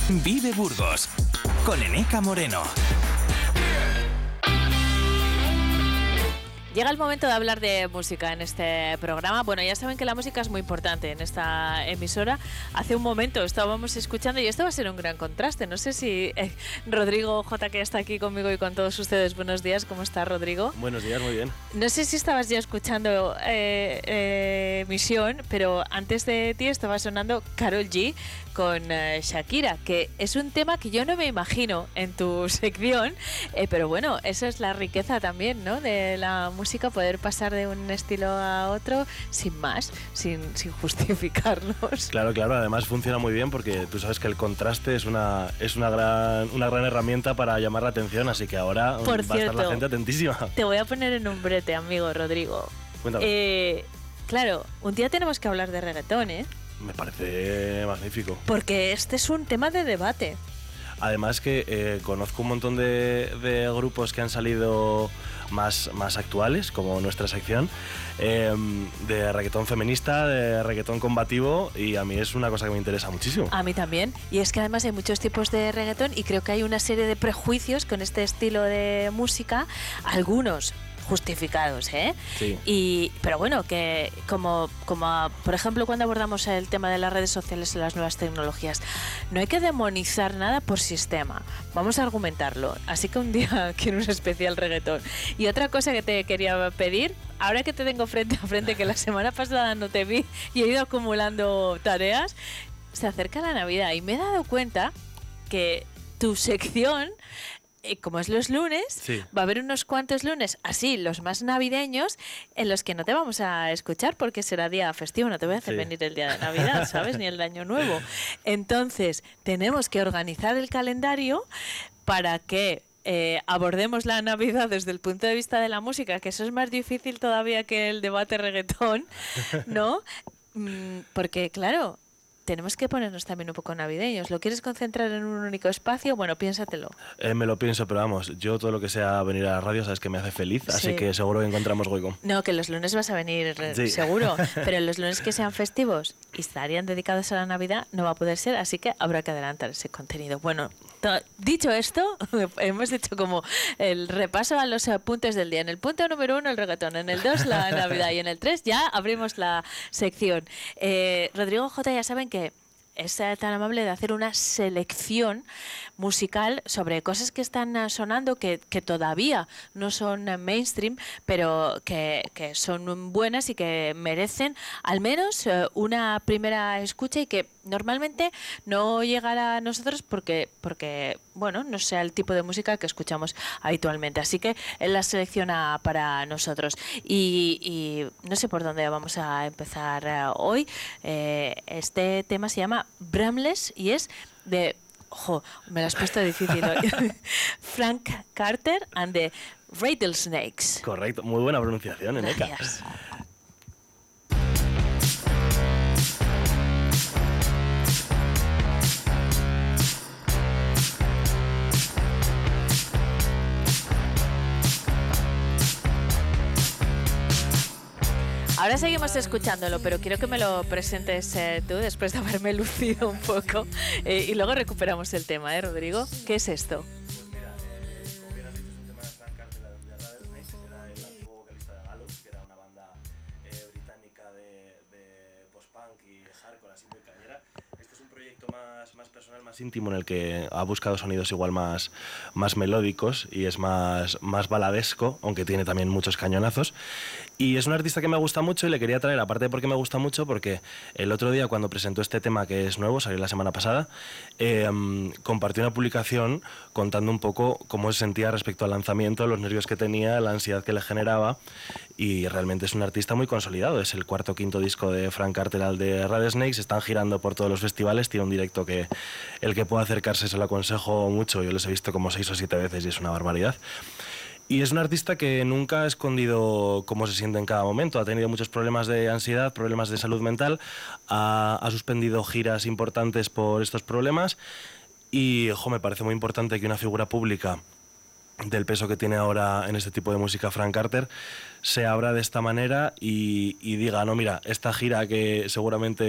Vive Burgos con Eneca Moreno. Llega el momento de hablar de música en este programa. Bueno, ya saben que la música es muy importante en esta emisora. Hace un momento estábamos escuchando y esto va a ser un gran contraste. No sé si Rodrigo J, que está aquí conmigo y con todos ustedes, buenos días. ¿Cómo está, Rodrigo? Buenos días, muy bien. No sé si estabas ya escuchando Misión, pero antes de ti estaba sonando Karol G con Shakira, que es un tema que yo no me imagino en tu sección, pero bueno, eso es la riqueza también, ¿no?, de la música, poder pasar de un estilo a otro sin más, sin justificarnos. Claro, además funciona muy bien porque tú sabes que el contraste es una gran herramienta para llamar la atención, así que ahora va a estar la gente atentísima. Te voy a poner en un brete, amigo Rodrigo. Cuéntame. Claro, un día tenemos que hablar de reggaetón, ¿eh? Me parece magnífico. Porque este es un tema de debate. Además que conozco un montón de grupos que han salido más actuales, como nuestra sección, de reggaetón feminista, de reggaetón combativo, y a mí es una cosa que me interesa muchísimo. A mí también. Y es que además hay muchos tipos de reggaetón y creo que hay una serie de prejuicios con este estilo de música, algunos justificados, ¿eh? Sí. Pero bueno, que como por ejemplo cuando abordamos el tema de las redes sociales y las nuevas tecnologías, no hay que demonizar nada por sistema, vamos a argumentarlo, así que un día quiero un especial reggaetón. Y otra cosa que te quería pedir, ahora que te tengo frente a frente, que la semana pasada no te vi y he ido acumulando tareas, se acerca la Navidad y me he dado cuenta que tu sección, como es los lunes, sí, va a haber unos cuantos lunes, así, los más navideños, en los que no te vamos a escuchar porque será día festivo, no te voy a hacer venir el día de Navidad, ¿sabes? Ni el de Año Nuevo. Entonces, tenemos que organizar el calendario para que abordemos la Navidad desde el punto de vista de la música, que eso es más difícil todavía que el debate reggaetón, ¿no? Porque, claro, tenemos que ponernos también un poco navideños. ¿Lo quieres concentrar en un único espacio? Bueno, piénsatelo. Me lo pienso, pero vamos, yo todo lo que sea venir a la radio sabes que me hace feliz, sí, así que seguro que encontramos hueco. No, que los lunes vas a venir, sí, seguro, pero los lunes que sean festivos y estarían dedicados a la Navidad no va a poder ser, así que habrá que adelantar ese contenido. Bueno, dicho esto, hemos hecho como el repaso a los puntos del día. En el punto número 1 el reggaetón, en el 2 la Navidad y en el 3 ya abrimos la sección. Rodrigo J, ya saben que es tan amable de hacer una selección musical sobre cosas que están sonando que todavía no son mainstream, pero que son buenas y que merecen al menos una primera escucha y que normalmente no llegará a nosotros porque bueno, no sea el tipo de música que escuchamos habitualmente. Así que él la selecciona para nosotros. Y no sé por dónde vamos a empezar hoy. Este tema se llama Bramless y es de... Ojo, me lo has puesto difícil hoy. Frank Carter and the Rattlesnakes. Correcto, muy buena pronunciación, Eneca. Gracias. Ahora seguimos escuchándolo, pero quiero que me lo presentes tú después de haberme lucido un poco y luego recuperamos el tema, Rodrigo? ¿Qué es esto? Pues mira, como bien has dicho, es un tema de Frank Carter de Rattlesnakes, era el antiguo vocalista de Gallows, que era una banda británica de post-punk y hardcore, así muy cañera. Este es un proyecto más personal, más íntimo, en el que ha buscado sonidos igual más melódicos y es más baladesco, aunque tiene también muchos cañonazos. Y es un artista que me gusta mucho y le quería traer, aparte de porque me gusta mucho, porque el otro día cuando presentó este tema, que es nuevo, salió la semana pasada, compartió una publicación contando un poco cómo se sentía respecto al lanzamiento, los nervios que tenía, la ansiedad que le generaba, y realmente es un artista muy consolidado. Es el cuarto o quinto disco de Frank Carter al de Rattlesnakes, están girando por todos los festivales, tiene un directo que el que pueda acercarse se lo aconsejo mucho, yo los he visto como 6 o 7 veces y es una barbaridad. Y es un artista que nunca ha escondido cómo se siente en cada momento. Ha tenido muchos problemas de ansiedad, problemas de salud mental, ha suspendido giras importantes por estos problemas y me parece muy importante que una figura pública del peso que tiene ahora en este tipo de música Frank Carter se abra de esta manera y diga, no, mira, esta gira que seguramente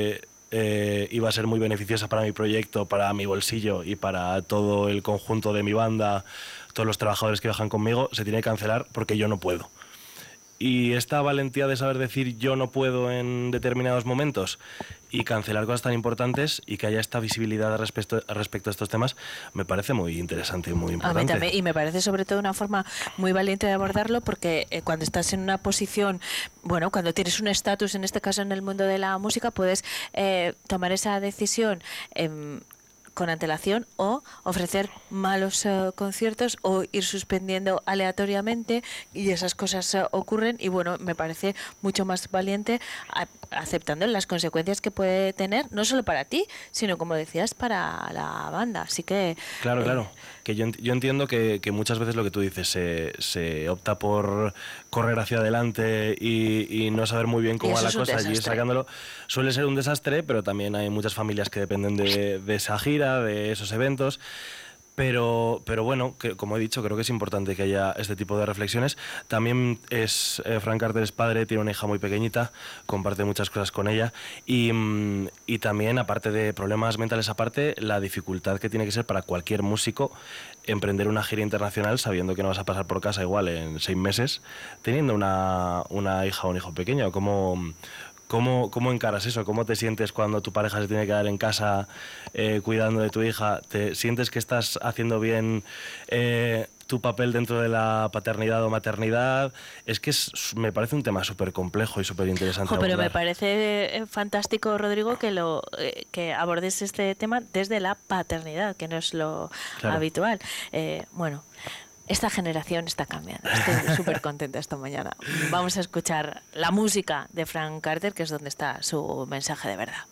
iba a ser muy beneficiosa para mi proyecto, para mi bolsillo y para todo el conjunto de mi banda, todos los trabajadores que viajan conmigo, se tiene que cancelar porque yo no puedo. Y esta valentía de saber decir yo no puedo en determinados momentos y cancelar cosas tan importantes y que haya esta visibilidad respecto a estos temas me parece muy interesante y muy importante. A mí también, y me parece sobre todo una forma muy valiente de abordarlo porque cuando estás en una posición, bueno, cuando tienes un estatus, en este caso en el mundo de la música, puedes tomar esa decisión con antelación o ofrecer malos conciertos o ir suspendiendo aleatoriamente y esas cosas ocurren y bueno, me parece mucho más valiente aceptando las consecuencias que puede tener, no solo para ti, sino como decías, para la banda. Así que... Claro. Que yo entiendo que muchas veces lo que tú dices, se opta por correr hacia adelante y no saber muy bien cómo va la cosa y ir sacándolo. Suele ser un desastre, pero también hay muchas familias que dependen de esa gira, de esos eventos. Pero bueno, como he dicho, creo que es importante que haya este tipo de reflexiones. También Frank Carter es padre, tiene una hija muy pequeñita, comparte muchas cosas con ella y también, aparte de problemas mentales aparte, la dificultad que tiene que ser para cualquier músico emprender una gira internacional sabiendo que no vas a pasar por casa igual en 6 meses, teniendo una hija o un hijo pequeño. ¿Cómo encaras eso? ¿Cómo te sientes cuando tu pareja se tiene que quedar en casa cuidando de tu hija? ¿Te sientes que estás haciendo bien tu papel dentro de la paternidad o maternidad? Es que me parece un tema súper complejo y súper interesante. Pero me parece fantástico, Rodrigo, que abordes este tema desde la paternidad, que no es lo habitual. Bueno... Esta generación está cambiando. Estoy súper contenta esta mañana. Vamos a escuchar la música de Frank Carter, que es donde está su mensaje de verdad.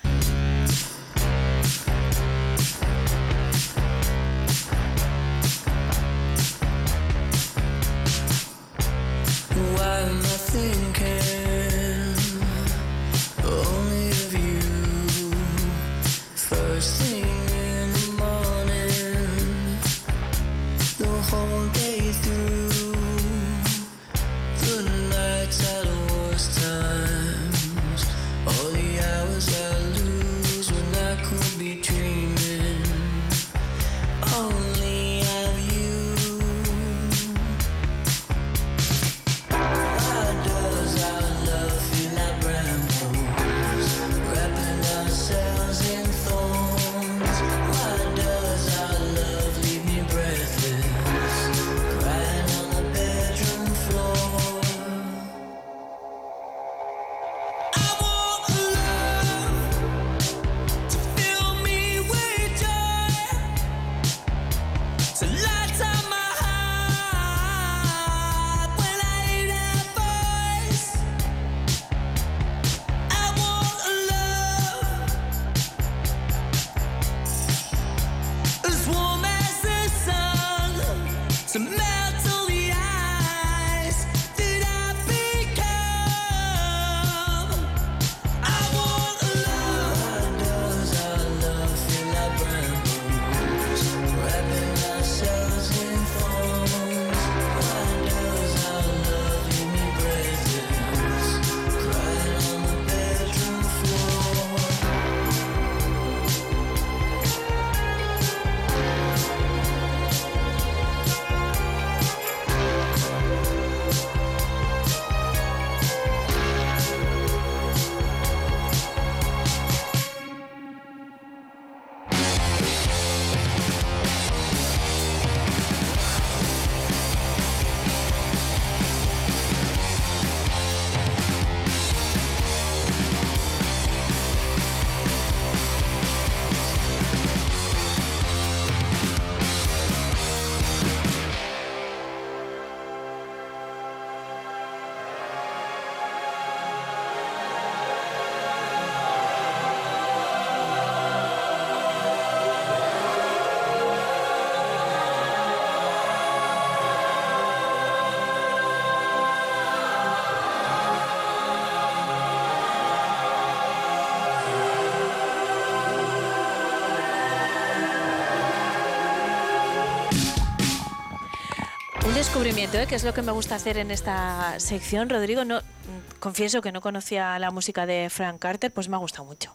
Descubrimiento, que es lo que me gusta hacer en esta sección, Rodrigo. No, confieso que no conocía la música de Frank Carter, pues me ha gustado mucho.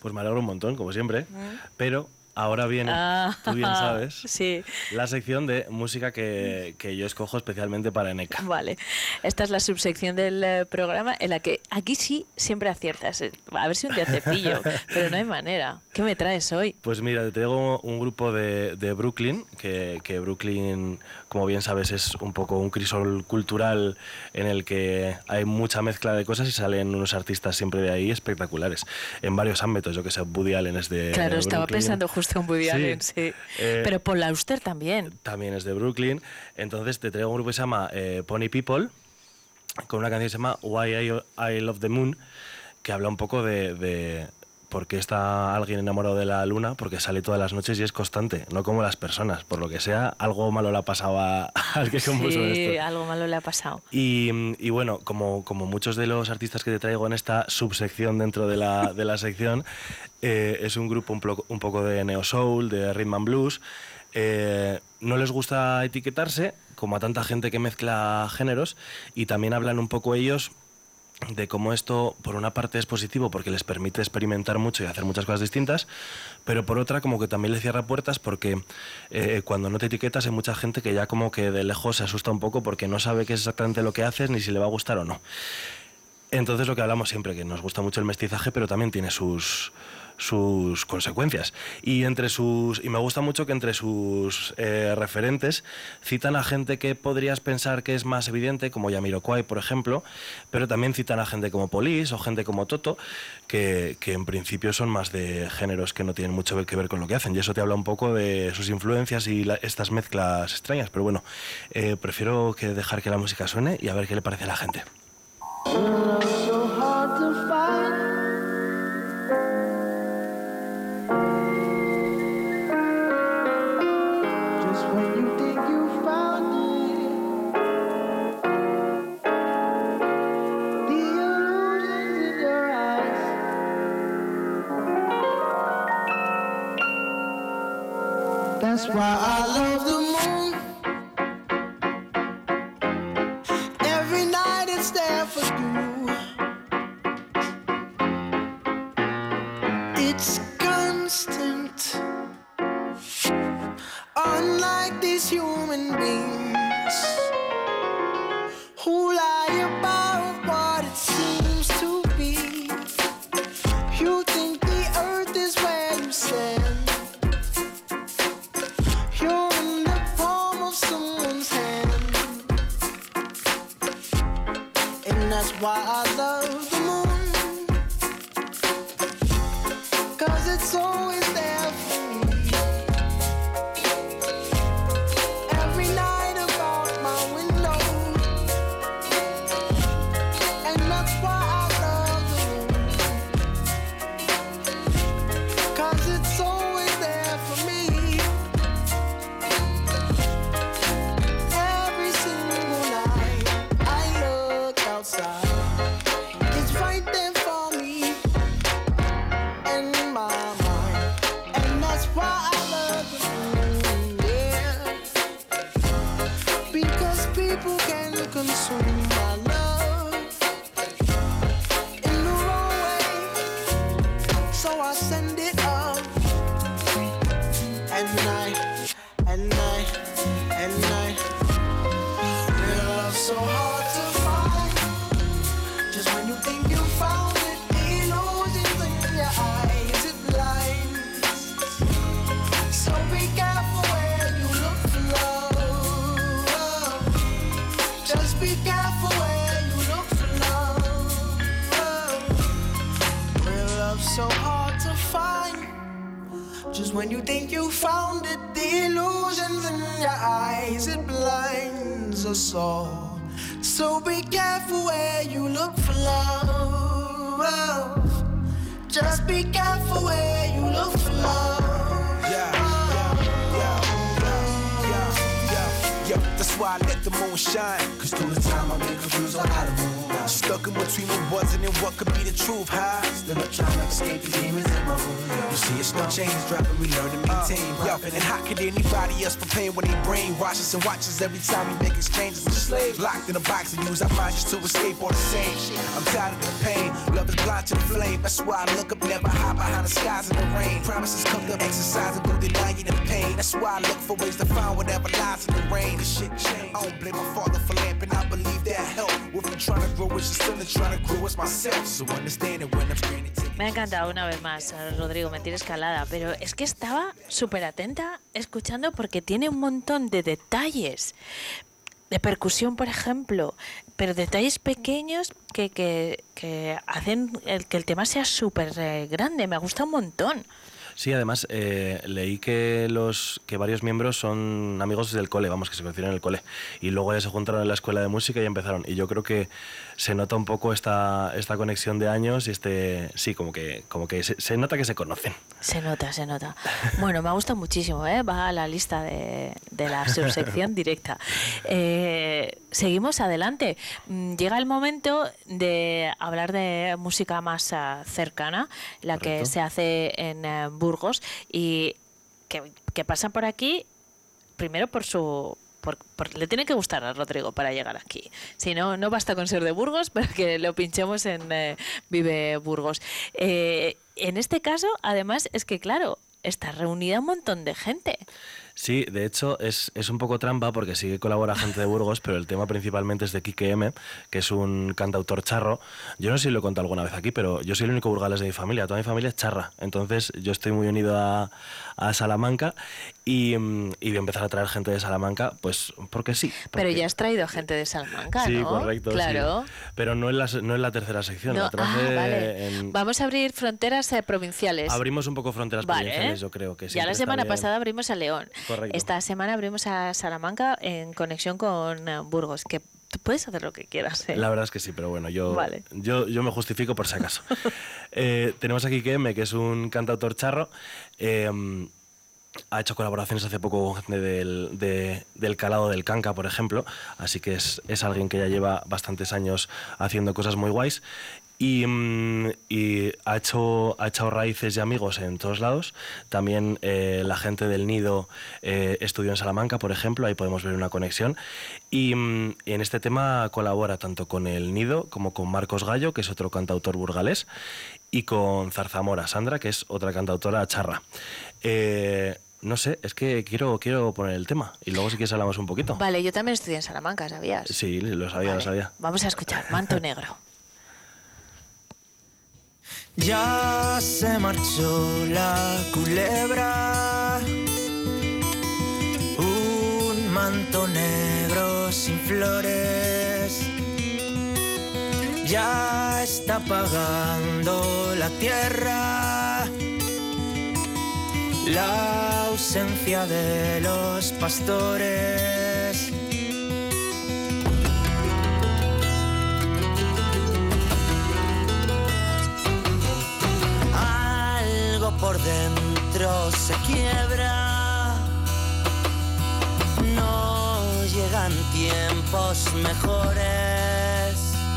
Pues me alegro un montón, como siempre, pero ahora viene, tú bien sabes, sí, la sección de música que yo escojo especialmente para Eneka. Vale, esta es la subsección del programa en la que aquí sí siempre aciertas. A ver si un día te pillo, pero no hay manera. ¿Qué me traes hoy? Pues mira, te traigo un grupo de Brooklyn, que Brooklyn, como bien sabes, es un poco un crisol cultural en el que hay mucha mezcla de cosas y salen unos artistas siempre de ahí espectaculares, en varios ámbitos. Yo que sé, Woody Allen es de Claro, Brooklyn. estaba pensando justo en Woody Allen, sí. Pero Paul Auster también. También es de Brooklyn. Entonces te traigo un grupo que se llama Pony People, con una canción que se llama Why I Love the Moon, que habla un poco de por qué está alguien enamorado de la luna, porque sale todas las noches y es constante, no como las personas. Por lo que sea, algo malo le ha pasado al que compuso esto. Sí, algo malo le ha pasado. Y bueno, como muchos de los artistas que te traigo en esta subsección dentro de la sección, es un grupo un poco de neo soul, de rhythm and blues. No les gusta etiquetarse, como a tanta gente que mezcla géneros, y también hablan un poco ellos de cómo esto, por una parte, es positivo porque les permite experimentar mucho y hacer muchas cosas distintas, pero por otra, como que también les cierra puertas porque cuando no te etiquetas hay mucha gente que ya como que de lejos se asusta un poco porque no sabe qué es exactamente lo que haces ni si le va a gustar o no. Entonces, lo que hablamos siempre, que nos gusta mucho el mestizaje, pero también tiene sus consecuencias. Y me gusta mucho que entre sus referentes citan a gente que podrías pensar que es más evidente, como Jamiroquai, por ejemplo, pero también citan a gente como Police o gente como Toto, que en principio son más de géneros que no tienen mucho que ver con lo que hacen. Y eso te habla un poco de sus influencias y estas mezclas extrañas. Pero bueno, prefiero dejar que la música suene y a ver qué le parece a la gente. So hard to find. Just when you think you found it, the illusions in your eyes. That's why I love the moon. Every night it's there for you. It's constant. Unlike these human beings who lie about what it seems to be. You think the earth is where you stand. You're in the palm of someone's hand. And that's why I love the moon, 'cause it's always there for me. Every night about my window. And that's why I love the moon, 'cause it's always there for me. Every single night I look outside, it's right there for me in my mind. And that's why I love the moon, yeah. Because people can consume my love in the wrong way, so I send it up at night, at night, at night. Real love so hard to find. Just when you think you found it, the illusions in your eyes, it blinds. So be careful where you look for love. Just be careful where you look for love. Real love so hard to find. Just when you think you found it, the illusions in your eyes, it blinds us all. So be careful where you look for love. Just be careful where you look for love. Yeah, that's why I let the moon won't shine. Cause through the time I've been confused on how to move. Stuck in between what wasn't and what could be the truth, huh? Still up trying to escape these demons in my room. You see, it's no change dropping, we learn to maintain. Yo, and how could anybody else prepare when they brainwash us and watch us every time we make exchanges with slaves? Locked in a box and use our minds just to escape all the same. I'm tired of the pain, love is blind to the flame. That's why I look up, never hide behind the skies in the rain. Promises cooked up, exercising, but denying the pain. That's why I look for ways to find whatever lies in the rain. This shit changed. I don't blame my father for lamping, I believe that help. What I'm trying to grow is just still trying to grow as myself. So understand it when I'm stranded. Me ha encantado una vez más, Rodrigo, me tienes calada, pero es que estaba súper atenta escuchando porque tiene un montón de detalles, de percusión, por ejemplo, pero detalles pequeños que hacen que el tema sea súper grande. Me gusta un montón. Sí, además leí que varios miembros son amigos del cole, vamos, que se conocieron en el cole, y luego ya se juntaron en la escuela de música y empezaron. Y yo creo que se nota un poco esta conexión de años y sí, como que se nota que se conocen. Se nota. Bueno, me ha gustado muchísimo, va a la lista de la subsección directa. Seguimos adelante. Llega el momento de hablar de música más cercana, la Correcto. Que se hace en Burgos y que pasa por aquí primero le tiene que gustar a Rodrigo para llegar aquí. Si no, no basta con ser de Burgos para que lo pinchemos en Vive Burgos. En este caso, además, es que claro, está reunida un montón de gente. Sí, de hecho es un poco trampa porque sí que colabora gente de Burgos, pero el tema principalmente es de Quique M, que es un cantautor charro. Yo no sé si lo he contado alguna vez aquí, pero yo soy el único burgalés de mi familia. Toda mi familia es charra, entonces yo estoy muy unido a Salamanca y voy a empezar a traer gente de Salamanca, pues porque sí. Pero ya has traído gente de Salamanca, sí, ¿no? Correcto, claro. Sí. Pero no en la tercera sección. No. Vale. Vamos a abrir fronteras provinciales. Abrimos un poco fronteras provinciales, yo creo que sí. Ya la semana pasada abrimos a León. Correcto. Esta semana abrimos a Salamanca en conexión con Burgos, que tú puedes hacer lo que quieras. La verdad es que sí, pero bueno, yo me justifico por si acaso. Tenemos aquí Quique M, que es un cantautor charro. Ha hecho colaboraciones hace poco con gente del Calado del Canca, por ejemplo, así que es alguien que ya lleva bastantes años haciendo cosas muy guays. Y ha hecho raíces y amigos en todos lados. También la gente del Nido estudió en Salamanca, por ejemplo, ahí podemos ver una conexión. Y en este tema colabora tanto con el Nido como con Marcos Gallo, que es otro cantautor burgalés, y con Zarzamora Sandra, que es otra cantautora charra. No sé, es que quiero poner el tema y luego si quieres hablamos un poquito. Vale, yo también estudié en Salamanca, ¿sabías? Sí, lo sabía. Vamos a escuchar Manto Negro. Ya se marchó la culebra, un manto negro sin flores, ya está apagando la tierra, la ausencia de los pastores. Por dentro se quiebra, no llegan tiempos mejores,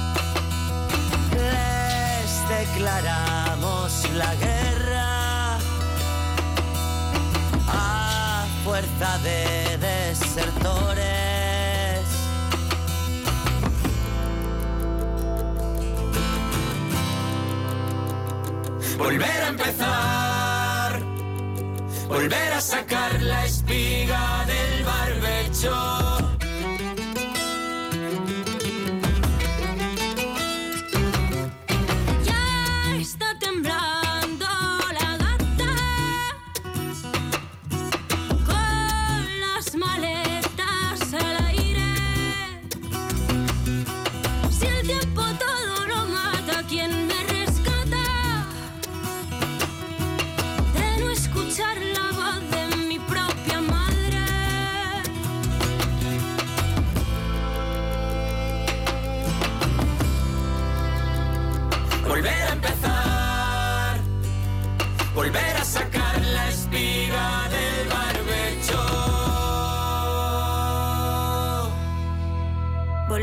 les declaramos la guerra a fuerza de desertores. Volver a empezar, volver a sacar la espiga del barbecho. Ya está temblando la gata con las maletas al aire. Si el tiempo todo lo mata, ¿quién me escuchar la voz de mi propia madre?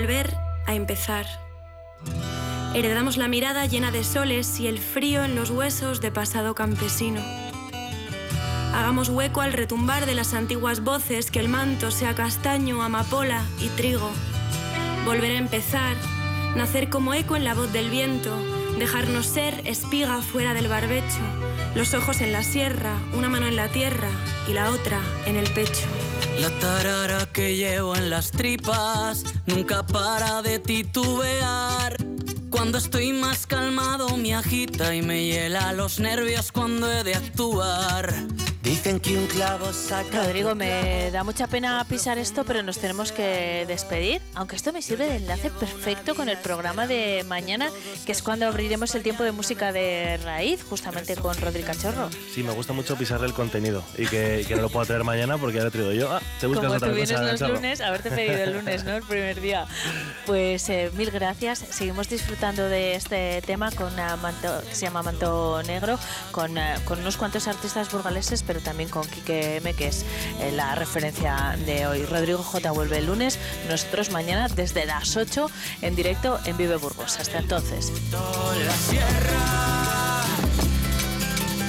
volver a empezar. Heredamos la mirada llena de soles y el frío en los huesos de pasado campesino. Hagamos hueco al retumbar de las antiguas voces, que el manto sea castaño, amapola y trigo. Volver a empezar, nacer como eco en la voz del viento, dejarnos ser espiga fuera del barbecho, los ojos en la sierra, una mano en la tierra y la otra en el pecho. La tarara que llevo en las tripas nunca para de titubear. Cuando estoy más calmado me agita y me hiela los nervios cuando he de actuar. Dicen que un clavo saca... Rodrigo, me da mucha pena pisar esto, pero nos tenemos que despedir, aunque esto me sirve de enlace perfecto con el programa de mañana, que es cuando abriremos el tiempo de música de raíz, justamente con Rodri Cachorro. Sí, me gusta mucho pisarle el contenido y que no lo pueda traer mañana porque ya le traigo yo. Te buscas como otra tú vienes cosa, los Chorro. lunes, haberte pedido el lunes, ¿no? El primer día. Pues mil gracias. Seguimos disfrutando de este tema con Manto, que se llama Manto Negro, con unos cuantos artistas burgaleses, pero también con Quique M, que es la referencia de hoy. Rodrigo J vuelve el lunes, nosotros mañana desde las 8 en directo en Vive Burgos. Hasta entonces. La sierra.